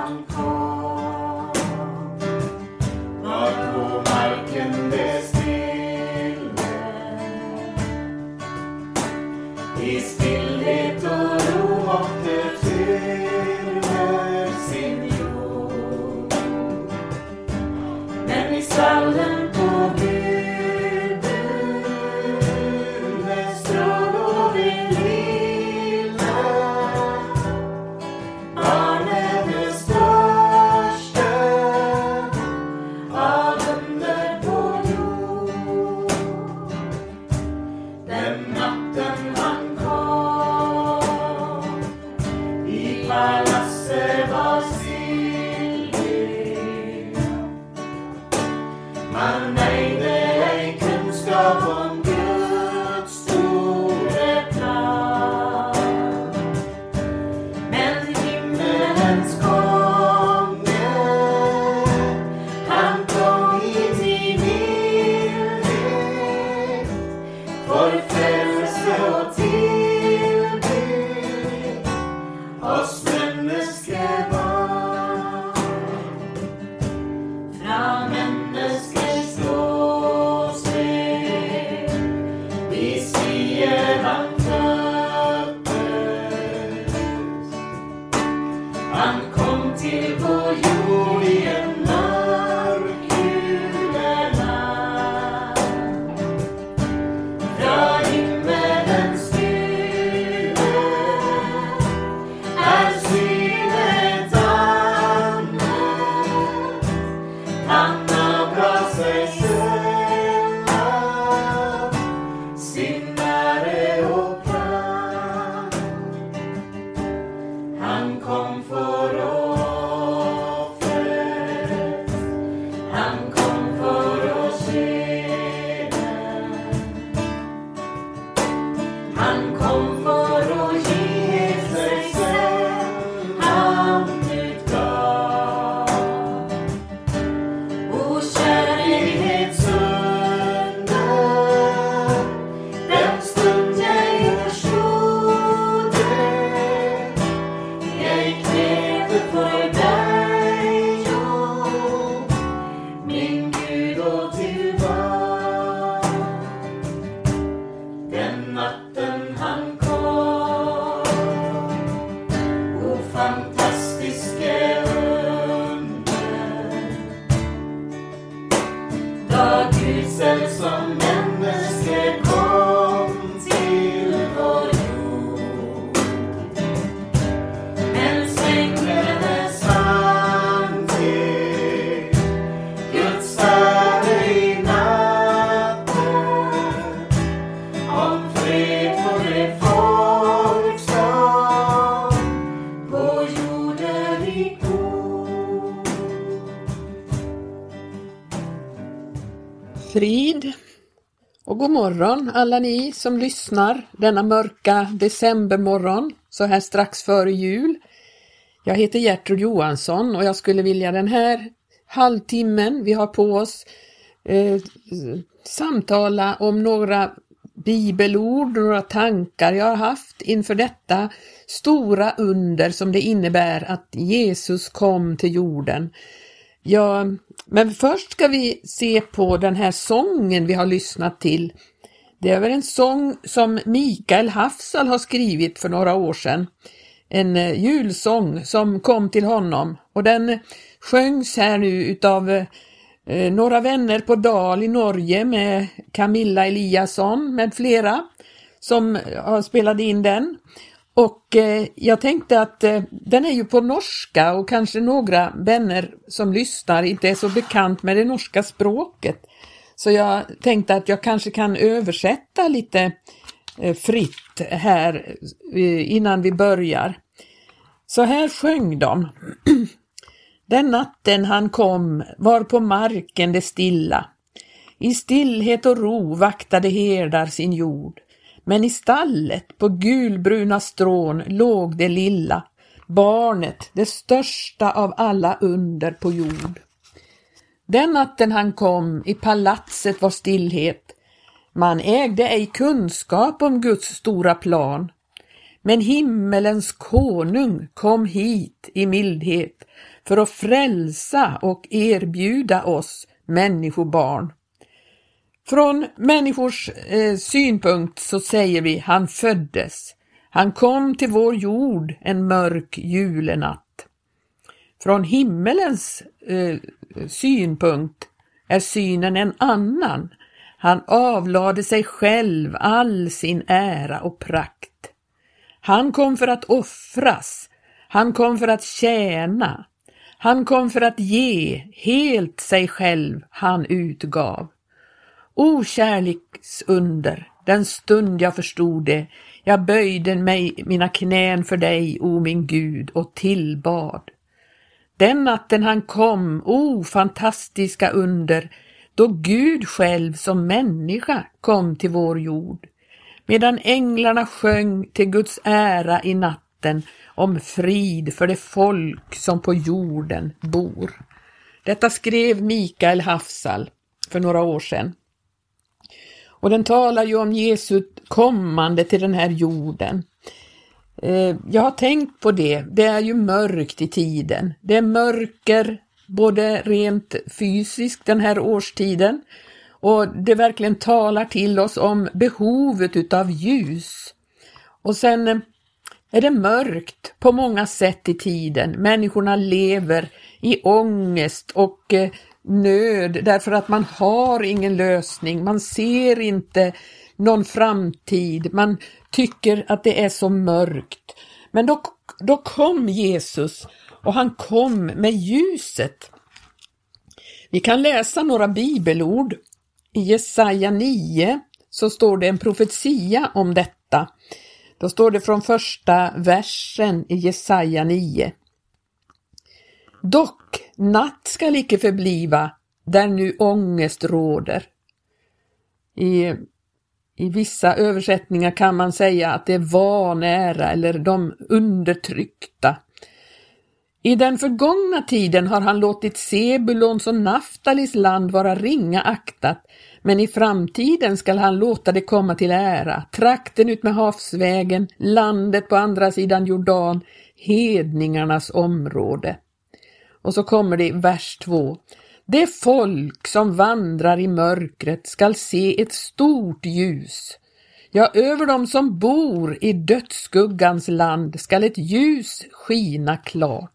han kom, var på marken det stille, i stillhet och ro måtte över sin jord. Men i stallen på Gud strålar vi lilla, barnet det största av under på jord. Den natten han kom, i palatset var stillhet. Man ägde ej kunskap om Guds store plan. Men himmelens konge, han kom hit i mildhet, för frälse och tillbe oss menneskebarn. Fra menneskers ståsted vi sier han fødtes. Han kom til vår jord i en mørk juleland. Fra himmelens stille er synet annet. Han avgav seg selv av sin ære og plan. Han kom for offret, han kom for å tjene. Han kom for å gi seg selv, han utgav. O kjærlighetsunder, den stund jeg forstod det, jeg knete for deg, jo, min Gud og tilbar. Den natten han kom, o fantastiske under, da Gud selv som menneske kom til vår jord. Mens englene sang til Guds ære i natten, om fred for det folk som på jorden gikk bor. Frid och god morgon alla ni som lyssnar denna mörka decembermorgon så här strax före jul. Jag heter Gertrud Johansson och jag skulle vilja den här halvtimmen vi har på oss samtala om några bibelord och några tankar jag har haft inför detta stora under som det innebär att Jesus kom till jorden. Ja, men först ska vi se på den här sången vi har lyssnat till. Det är väl en sång som Mikael Hafsal har skrivit för några år sedan. En julsång som kom till honom. Och den sjöngs här nu utav några vänner på Dal i Norge med Camilla Eliasson med flera som har spelat in den. Och jag tänkte att den är ju på norska och kanske några vänner som lyssnar inte är så bekant med det norska språket. Så jag tänkte att jag kanske kan översätta lite fritt här innan vi börjar. Så här sjöng de. Den natten han kom var på marken det stilla. I stillhet och ro vaktade herdar sin jord. Men i stallet på gulbruna strån låg det lilla, barnet, det största av alla under på jord. Den natten han kom, i palatset var stillhet. Man ägde ej kunskap om Guds stora plan. Men himmelens konung kom hit i mildhet för att frälsa och erbjuda oss människobarn. Från människors synpunkt så säger vi han föddes. Han kom till vår jord en mörk julenatt. Från himmelens synpunkt är synen en annan. Han avlade sig själv all sin ära och prakt. Han kom för att offras. Han kom för att tjäna. Han kom för att ge helt sig själv han utgav. O kärleksunder, den stund jag förstod det, jag böjde mig mina knän för dig, o min Gud, och tillbad. Den natten han kom, o fantastiska under, då Gud själv som människa kom till vår jord. Medan änglarna sjöng till Guds ära i natten om frid för det folk som på jorden bor. Detta skrev Mikael Hafsal för några år sedan. Och den talar ju om Jesu kommande till den här jorden. Jag har tänkt på det. Det är ju mörkt i tiden. Det är mörker både rent fysiskt den här årstiden. Och det verkligen talar till oss om behovet utav ljus. Och sen är det mörkt på många sätt i tiden. Människorna lever i ångest och nöd därför att man har ingen lösning. Man ser inte någon framtid. Man tycker att det är så mörkt. Men då kom Jesus och han kom med ljuset. Vi kan läsa några bibelord. I Jesaja 9 så står det en profetia om detta. Då står det från första versen i Jesaja 9. Dock natt skall icke förbliva där nu ångest råder. I vissa översättningar kan man säga att det var nära eller de undertryckta. I den förgångna tiden har han låtit Sebulons och Naftalis land vara ringa aktat, men i framtiden skall han låta det komma till ära. Trakten ut med havsvägen, landet på andra sidan Jordan, hedningarnas område. Och så kommer det i vers 2. Det folk som vandrar i mörkret skall se ett stort ljus. Ja, över dem som bor i dödsskuggans land skall ett ljus skina klart.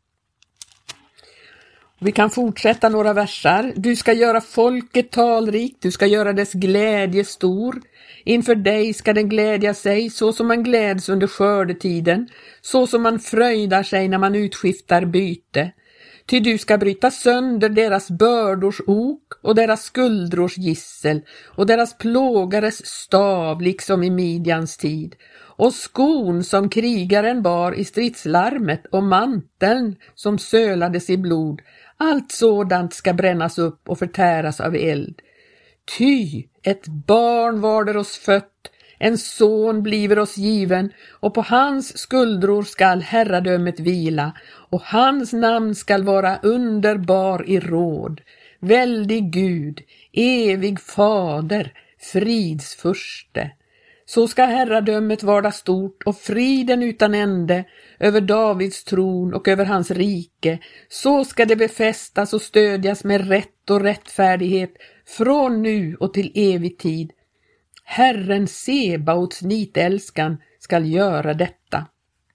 Vi kan fortsätta några versar. Du ska göra folket talrikt, du ska göra dess glädje stor. Inför dig ska den glädja sig, så som man gläds under skördetiden, så som man fröjdar sig när man utskiftar byte. Ty du ska bryta sönder deras bördors ok och deras skuldrors gissel och deras plågares stav liksom i Midjans tid. Och skon som krigaren bar i stridslarmet och manteln som sölades i blod. Allt sådant ska brännas upp och förtäras av eld. Ty ett barn varder oss fött, en son bliver oss given, och på hans skuldror skall herradömet vila, och hans namn skall vara underbar i råd, väldig Gud, evig fader, frids furste. Så ska herradömet vara stort och friden utan ände över Davids tron och över hans rike. Så ska det befästas och stödjas med rätt och rättfärdighet från nu och till evig tid. Herren Sebaots nitälskan skall göra detta.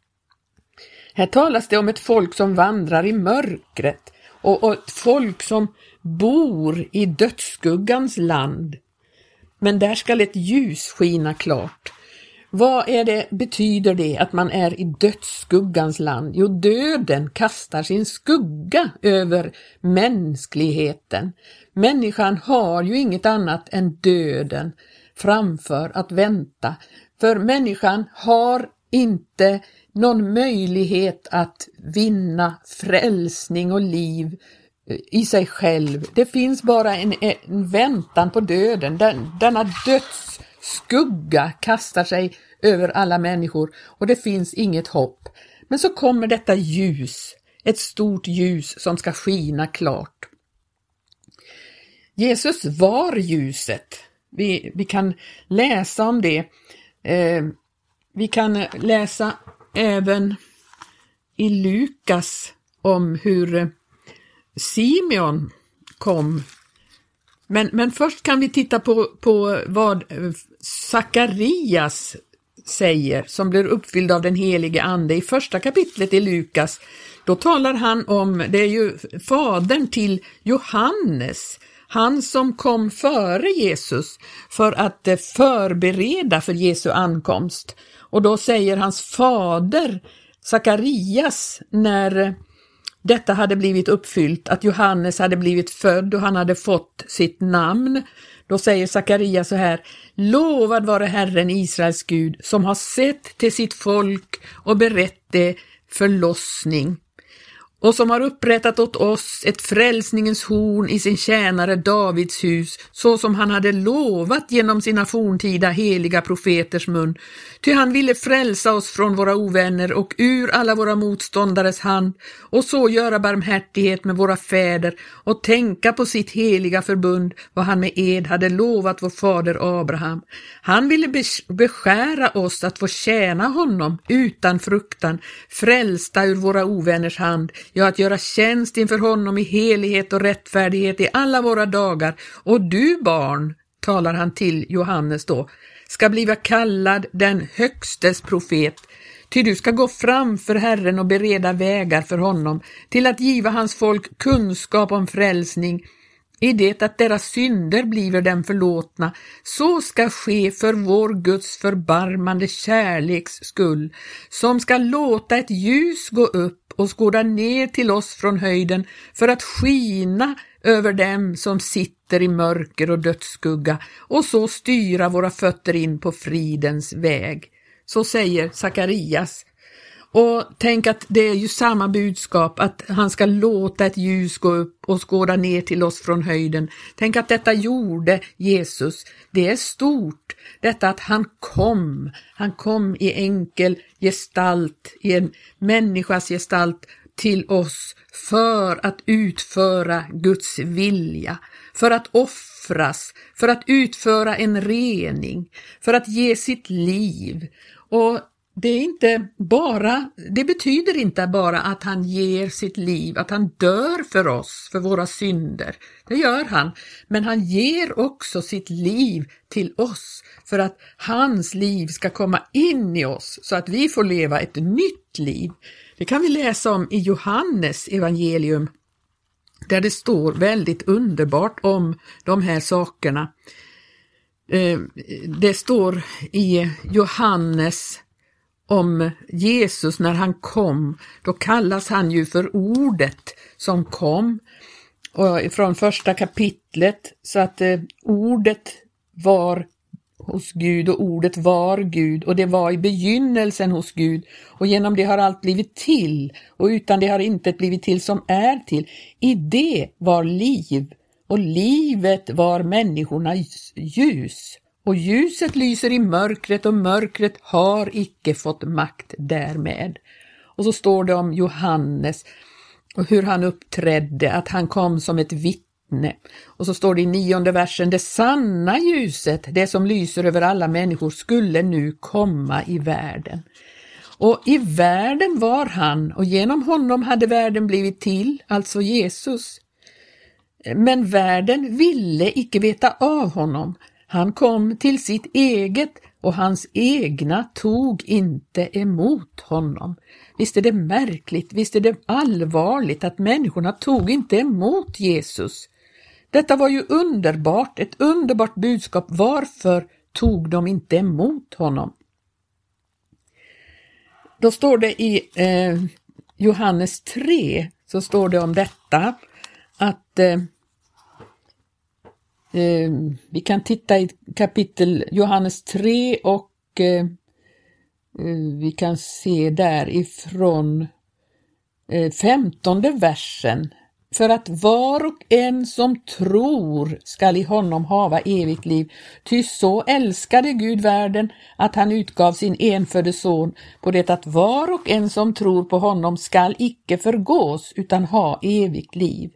Här talas det om ett folk som vandrar i mörkret och ett folk som bor i dödsskuggans land. Men där ska ett ljus skina klart. Vad betyder det att man är i dödsskuggans land? Jo, döden kastar sin skugga över mänskligheten. Människan har ju inget annat än döden framför att vänta. För människan har inte någon möjlighet att vinna frälsning och liv i sig själv. Det finns bara en väntan på döden. Denna dödsskugga kastar sig över alla människor och det finns inget hopp. Men så kommer detta ljus, ett stort ljus som ska skina klart. Jesus var ljuset. Vi kan läsa om det. Vi kan läsa även i Lukas om hur Simeon kom. Men först kan vi titta på vad Sakarias säger, som blir uppfylld av den helige ande. I första kapitlet i Lukas, då talar han om, det är ju fadern till Johannes, han som kom före Jesus för att förbereda för Jesu ankomst. Och då säger hans fader Sakarias, när detta hade blivit uppfyllt, att Johannes hade blivit född och han hade fått sitt namn, då säger Sakarias så här: lovad vare Herren Israels Gud, som har sett till sitt folk och berett det förlossning, och som har upprättat åt oss ett frälsningens horn i sin tjänare Davids hus, så som han hade lovat genom sina forntida heliga profeters mun. Ty han ville frälsa oss från våra ovänner och ur alla våra motståndares hand, och så göra barmhärtighet med våra fäder och tänka på sitt heliga förbund, vad han med ed hade lovat vår fader Abraham. Han ville beskära oss att få tjäna honom utan fruktan, frälsta ur våra ovänners hand, ja, att göra tjänst inför honom i helighet och rättfärdighet i alla våra dagar. Och du, barn, talar han till Johannes då, ska bliva kallad den högstes profet, ty du ska gå fram för Herren och bereda vägar för honom, till att giva hans folk kunskap om frälsning, i det att deras synder bliver dem förlåtna. Så ska ske för vår Guds förbarmande kärleks skull, som ska låta ett ljus gå upp och skåda ner till oss från höjden, för att skina över dem som sitter i mörker och dödsskugga, och så styra våra fötter in på fridens väg. Så säger Sakarias. Och tänk att det är ju samma budskap, att han ska låta ett ljus gå upp och skåda ner till oss från höjden. Tänk att detta gjorde Jesus. Det är stort, detta att han kom i enkel gestalt, i en människas gestalt till oss, för att utföra Guds vilja, för att offras, för att utföra en rening, för att ge sitt liv. Och det betyder inte bara att han ger sitt liv, att han dör för oss, för våra synder. Det gör han. Men han ger också sitt liv till oss, för att hans liv ska komma in i oss, så att vi får leva ett nytt liv. Det kan vi läsa om i Johannes evangelium, där det står väldigt underbart om de här sakerna. Det står i Johannes om Jesus när han kom. Då kallas han ju för ordet som kom, och från första kapitlet, så att ordet var hos Gud och ordet var Gud, och det var i begynnelsen hos Gud, och genom det har allt blivit till, och utan det har inte blivit till som är till. I det var liv, och livet var människornas ljus, och ljuset lyser i mörkret, och mörkret har icke fått makt därmed. Och så står det om Johannes och hur han uppträdde, att han kom som ett vittne. Och så står det i 9:e versen: det sanna ljuset, det som lyser över alla människor, skulle nu komma i världen. Och i världen var han, och genom honom hade världen blivit till, alltså Jesus. Men världen ville icke veta av honom. Han kom till sitt eget, och hans egna tog inte emot honom. Visst är det märkligt, visst är det allvarligt att människorna tog inte emot Jesus. Detta var ju underbart, ett underbart budskap. Varför tog de inte emot honom? Då står det i Johannes 3, så står det om detta, att vi kan titta i kapitel Johannes 3, och vi kan se därifrån 15:e versen. För att var och en som tror skall i honom hava evigt liv. Ty så älskade Gud världen, att han utgav sin enfödde son, på det att var och en som tror på honom skall icke förgås, utan ha evigt liv.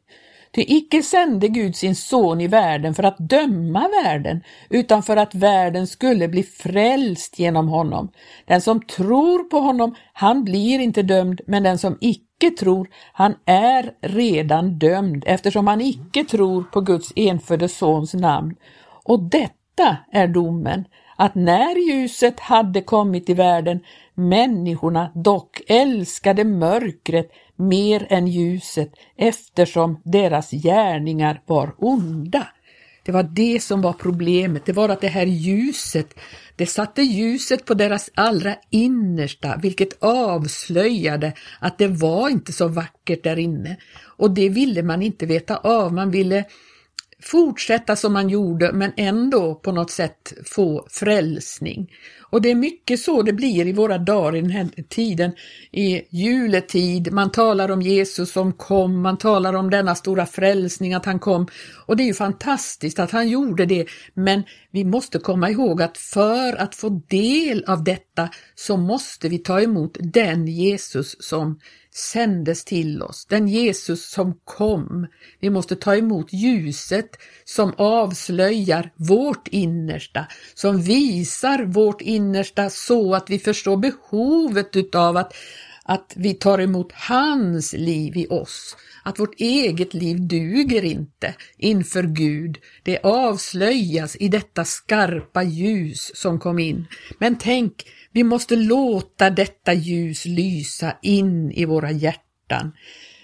Ty icke sände Gud sin son i världen för att döma världen, utan för att världen skulle bli frälst genom honom. Den som tror på honom, han blir inte dömd, men den som icke tror, han är redan dömd, eftersom han icke tror på Guds enfödde sons namn. Och detta är domen, att när ljuset hade kommit i världen, människorna dock älskade mörkret mer än ljuset, eftersom deras gärningar var onda. Det var det som var problemet. Det var att det här ljuset, det satte ljuset på deras allra innersta, vilket avslöjade att det var inte så vackert där inne. Och det ville man inte veta av. Man ville fortsätta som man gjorde, men ändå på något sätt få frälsning. Och det är mycket så det blir i våra dagar i den här tiden, i juletid. Man talar om Jesus som kom, man talar om denna stora frälsning, att han kom. Och det är ju fantastiskt att han gjorde det, men vi måste komma ihåg att för att få del av detta så måste vi ta emot den Jesus som sändes till oss, den Jesus som kom. Vi måste ta emot ljuset som avslöjar vårt innersta, som visar vårt innersta så att vi förstår behovet utav att vi tar emot hans liv i oss. Att vårt eget liv duger inte inför Gud. Det avslöjas i detta skarpa ljus som kom in. Men tänk, vi måste låta detta ljus lysa in i våra hjärtan.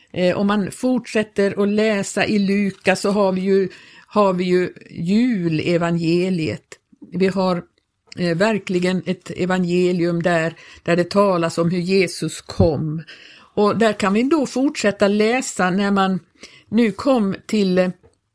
Om man fortsätter att läsa i Lukas så har vi ju julevangeliet. Vi har verkligen ett evangelium där det talas om hur Jesus kom. Och där kan vi då fortsätta läsa när man nu kom till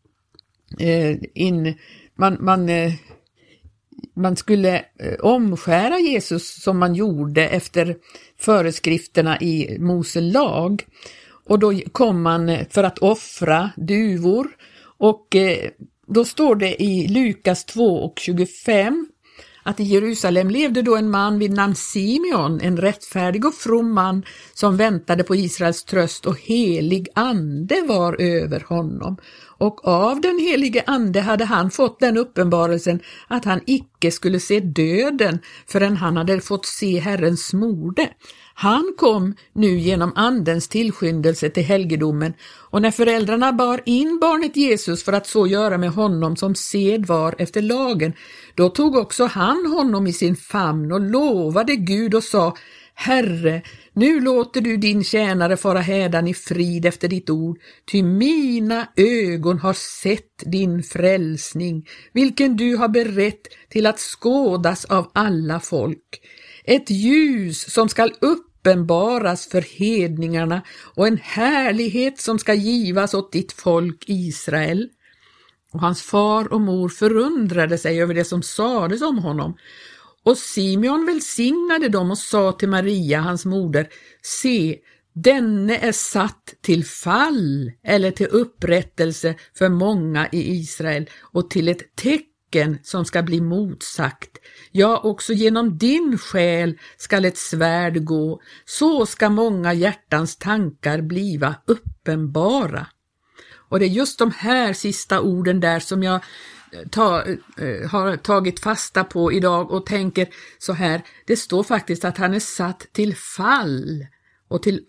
man skulle omskära Jesus som man gjorde efter föreskrifterna i Mose lag. Och då kom man för att offra duvor. Och då står det i Lukas 2:25 att i Jerusalem levde då en man vid namn Simeon, en rättfärdig och from man som väntade på Israels tröst, och helig ande var över honom. Och av den helige ande hade han fått den uppenbarelsen att han icke skulle se döden förrän han hade fått se Herrens smorde. Han kom nu genom andens tillskyndelse till helgedomen, och när föräldrarna bar in barnet Jesus för att så göra med honom som sed var efter lagen, då tog också han honom i sin famn och lovade Gud och sa: Herre, nu låter du din tjänare fara hädan i frid efter ditt ord, ty mina ögon har sett din frälsning, vilken du har berett till att skådas av alla folk. Ett ljus som skall uppenbaras för hedningarna och en härlighet som ska givas åt ditt folk Israel. Och hans far och mor förundrade sig över det som sades om honom. Och Simeon välsignade dem och sa till Maria, hans moder: Se, denne är satt till fall eller till upprättelse för många i Israel och till ett tecken som ska bli motsagt. Ja, också genom din själ skall ett svärd gå, så ska många hjärtans tankar bliva uppenbara. Och det är just de här sista orden där som jag har tagit fasta på idag och tänker så här: det står faktiskt att han är satt till fall och till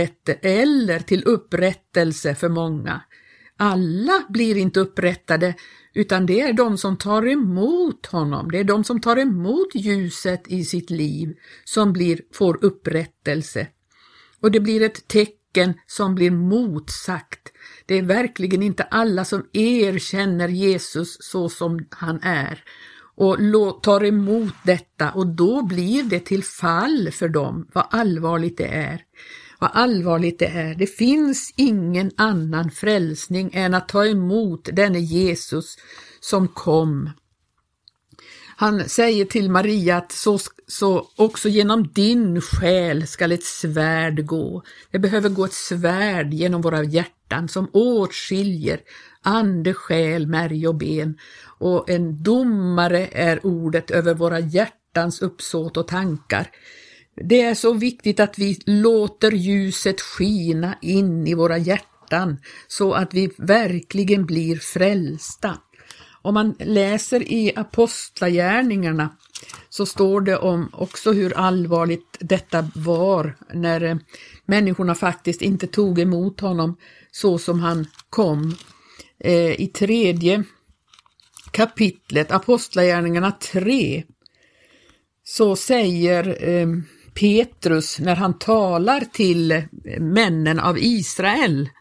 upprättelse för många. Alla blir inte upprättade, utan det är de som tar emot honom, det är de som tar emot ljuset i sitt liv som får upprättelse. Och det blir ett tecken som blir motsagt. Det är verkligen inte alla som erkänner Jesus så som han är och tar emot detta, och då blir det till fall för dem. Vad allvarligt det är. Vad allvarligt det är. Det finns ingen annan frälsning än att ta emot denne Jesus som kom. Han säger till Maria att så också genom din själ ska ett svärd gå. Det behöver gå ett svärd genom våra hjärtan som åtskiljer ande, själ, märg och ben. Och en domare är ordet över våra hjärtans uppsåt och tankar. Det är så viktigt att vi låter ljuset skina in i våra hjärtan hjärtan så att vi verkligen blir frälsta. Om man läser i Apostlagärningarna så står det om också hur allvarligt detta var när människorna faktiskt inte tog emot honom så som han kom. I 3:e kapitlet, Apostlagärningarna 3, så säger Petrus när han talar till männen av Israel,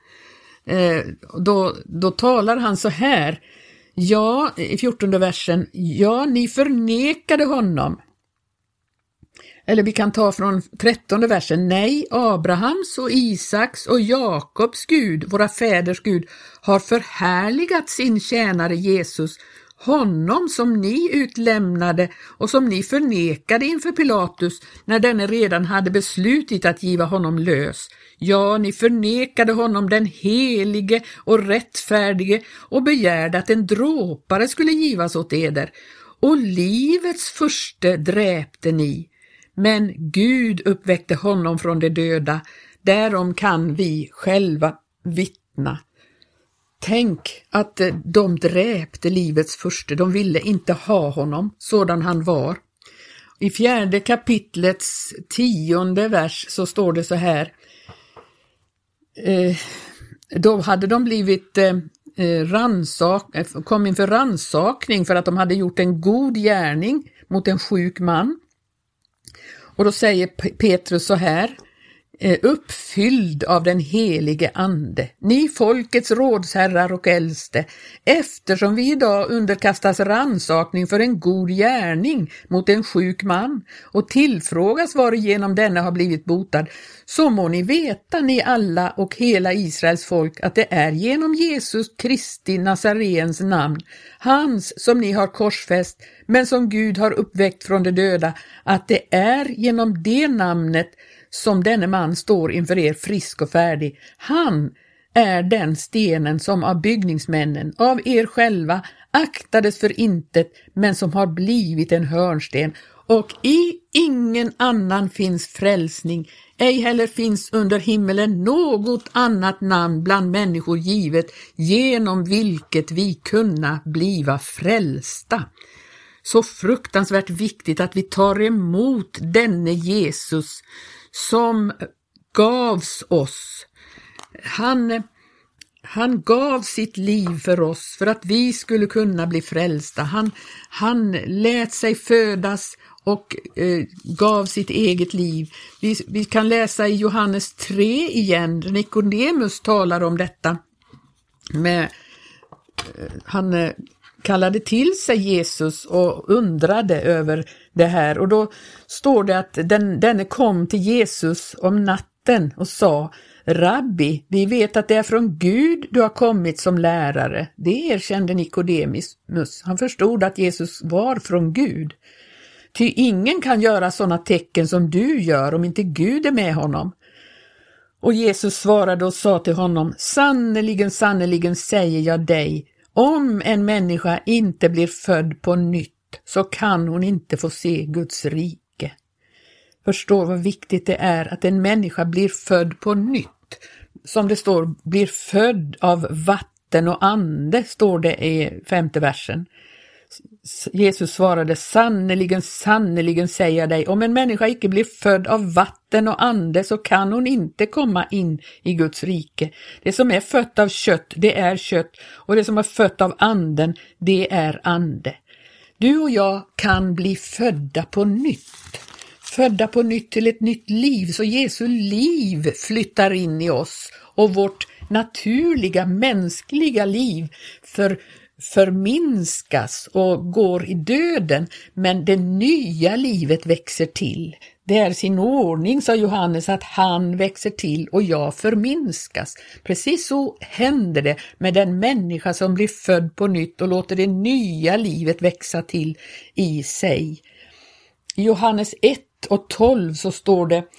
då talar han så här. Ja, i 14:e versen, ja, ni förnekade honom. Eller vi kan ta från 13:e versen, nej, Abrahams och Isaks och Jakobs Gud, våra fäders Gud, har förhärligat sin tjänare Jesus, honom som ni utlämnade och som ni förnekade inför Pilatus när denne redan hade beslutit att giva honom lös. Ja, ni förnekade honom den helige och rättfärdige och begärde att en dråpare skulle givas åt eder. Och livets furste dräpte ni, men Gud uppväckte honom från de döda. Därom kan vi själva vittna. Tänk att de dräpte livets furste, de ville inte ha honom sådan han var. I 4:e kapitlets 10:e vers så står det så här. Då hade de blivit kom inför rannsakning för att de hade gjort en god gärning mot en sjuk man. Och då säger Petrus så här, uppfylld av den helige ande, ni folkets rådsherrar och äldste, eftersom vi idag underkastas rannsakning för en god gärning mot en sjuk man och tillfrågas varigenom denne har blivit botad, så må ni veta, ni alla och hela Israels folk, att det är genom Jesus Kristi Nazarens namn, hans som ni har korsfäst, men som Gud har uppväckt från de döda, att det är genom det namnet som denne man står inför er frisk och färdig. Han är den stenen som av byggningsmännen, av er själva, aktades för intet, men som har blivit en hörnsten. Och i ingen annan finns frälsning, ej heller finns under himmelen något annat namn bland människor givet, genom vilket vi kunna bliva frälsta. Så fruktansvärt viktigt att vi tar emot denne Jesus som gavs oss. Han gav sitt liv för oss för att vi skulle kunna bli frälsta. Han lät sig födas och gav sitt eget liv. Vi kan läsa i Johannes 3 igen. Nikodemus talar om detta. Han kallade till sig Jesus och undrade över det här. Och då står det att denne kom till Jesus om natten och sa, Rabbi, vi vet att det är från Gud du har kommit som lärare. Det erkände Nikodemus. Han förstod att Jesus var från Gud. Ty ingen kan göra sådana tecken som du gör om inte Gud är med honom. Och Jesus svarade och sa till honom, sannerligen, sannerligen säger jag dig, om en människa inte blir född på nytt så kan hon inte få se Guds rike. Förstår vad viktigt det är att en människa blir född på nytt. Som det står, blir född av vatten och ande, står det i 5:e versen. Jesus svarade, sannerligen, sannerligen säger jag dig, om en människa icke blir född av vatten och ande så kan hon inte komma in i Guds rike. Det som är fött av kött, det är kött, och det som är fött av anden, det är ande. Du och jag kan bli födda på nytt. Födda på nytt till ett nytt liv, så Jesu liv flyttar in i oss och vårt naturliga mänskliga liv förminskas och går i döden, men det nya livet växer till. Det är sin ordning, sa Johannes, att han växer till och jag förminskas. Precis så händer det med den människa som blir född på nytt och låter det nya livet växa till i sig. I Johannes 1:12 så står det,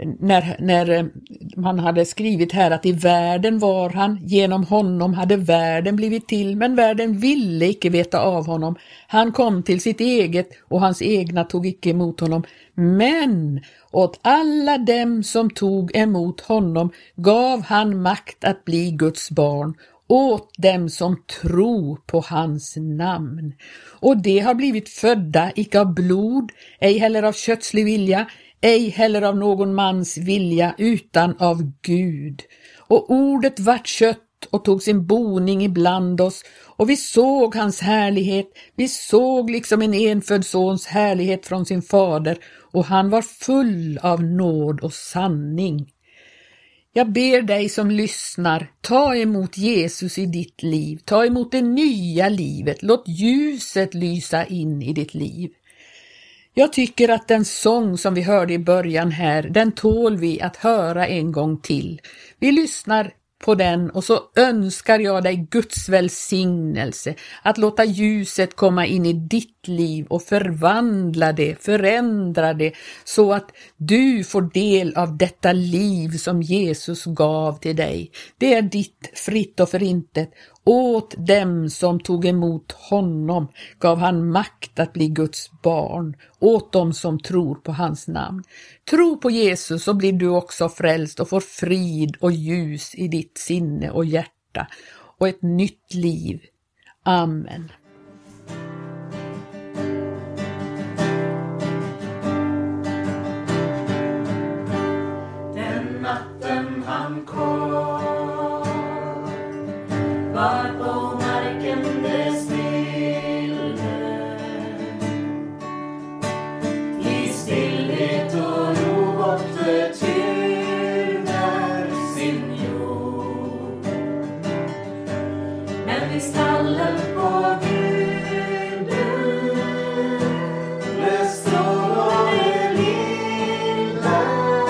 när man hade skrivit här att i världen var han, genom honom hade världen blivit till, men världen ville icke veta av honom. Han kom till sitt eget och hans egna tog icke emot honom. Men åt alla dem som tog emot honom gav han makt att bli Guds barn, åt dem som tror på hans namn. Och det har blivit födda icke av blod, ej heller av kötslig vilja, ej heller av någon mans vilja, utan av Gud. Och ordet vart kött och tog sin boning ibland oss, och vi såg hans härlighet. Vi såg liksom en enfödd sons härlighet från sin fader, och han var full av nåd och sanning. Jag ber dig som lyssnar, ta emot Jesus i ditt liv. Ta emot det nya livet. Låt ljuset lysa in i ditt liv. Jag tycker att den sång som vi hörde i början här, den tål vi att höra en gång till. Vi lyssnar på den och så önskar jag dig Guds välsignelse att låta ljuset komma in i ditt liv och förvandla det, förändra det så att du får del av detta liv som Jesus gav till dig. Det är ditt, fritt och förintet. Åt dem som tog emot honom gav han makt att bli Guds barn, åt dem som tror på hans namn. Tro på Jesus så blir du också frälst och får frid och ljus i ditt sinne och hjärta och ett nytt liv. Amen. Den natten han kom var på marken det stille, i stillhet och ro åkte tynar sin jord. Men i stallen på Guden det strålade lilla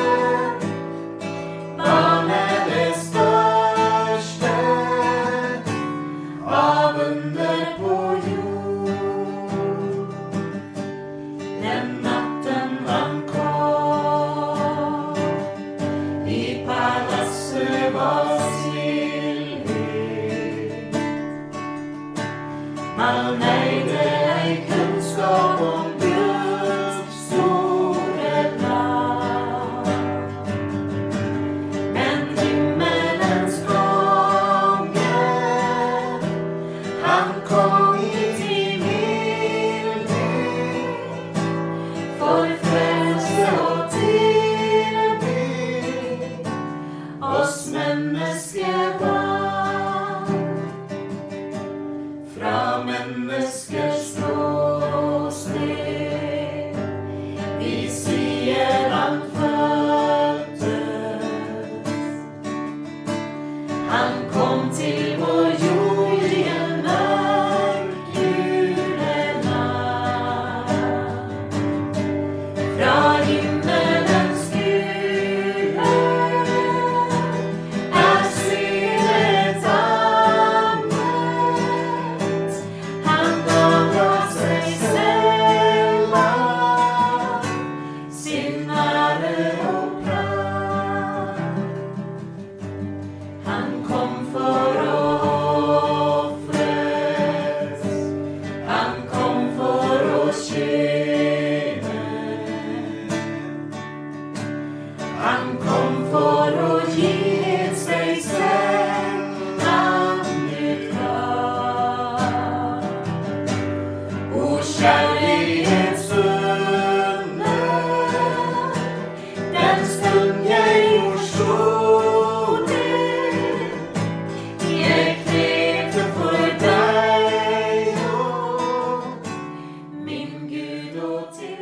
barn är det största av under på jord. Den natten han kom i palatset var stillhet. Man ägde ej kunskap om Guds storhet, men himmelens gånger han kom hit i mildhet, för frälse och tillbe oss menneskebarn. Fra menneskers ståsted vi sier han föddes. Han kom till vår jord i en mörk julenatt. Fra himmelens Gud är sinnet annet. Han gav av sig själva sin ära och prakt. Han kom för att offras, han kom för att tjäna, han kom för att ge sig själv andligt kraft. Och kärlekens under, den stund jag förstod det, jag knäppte för dig, min Gud och till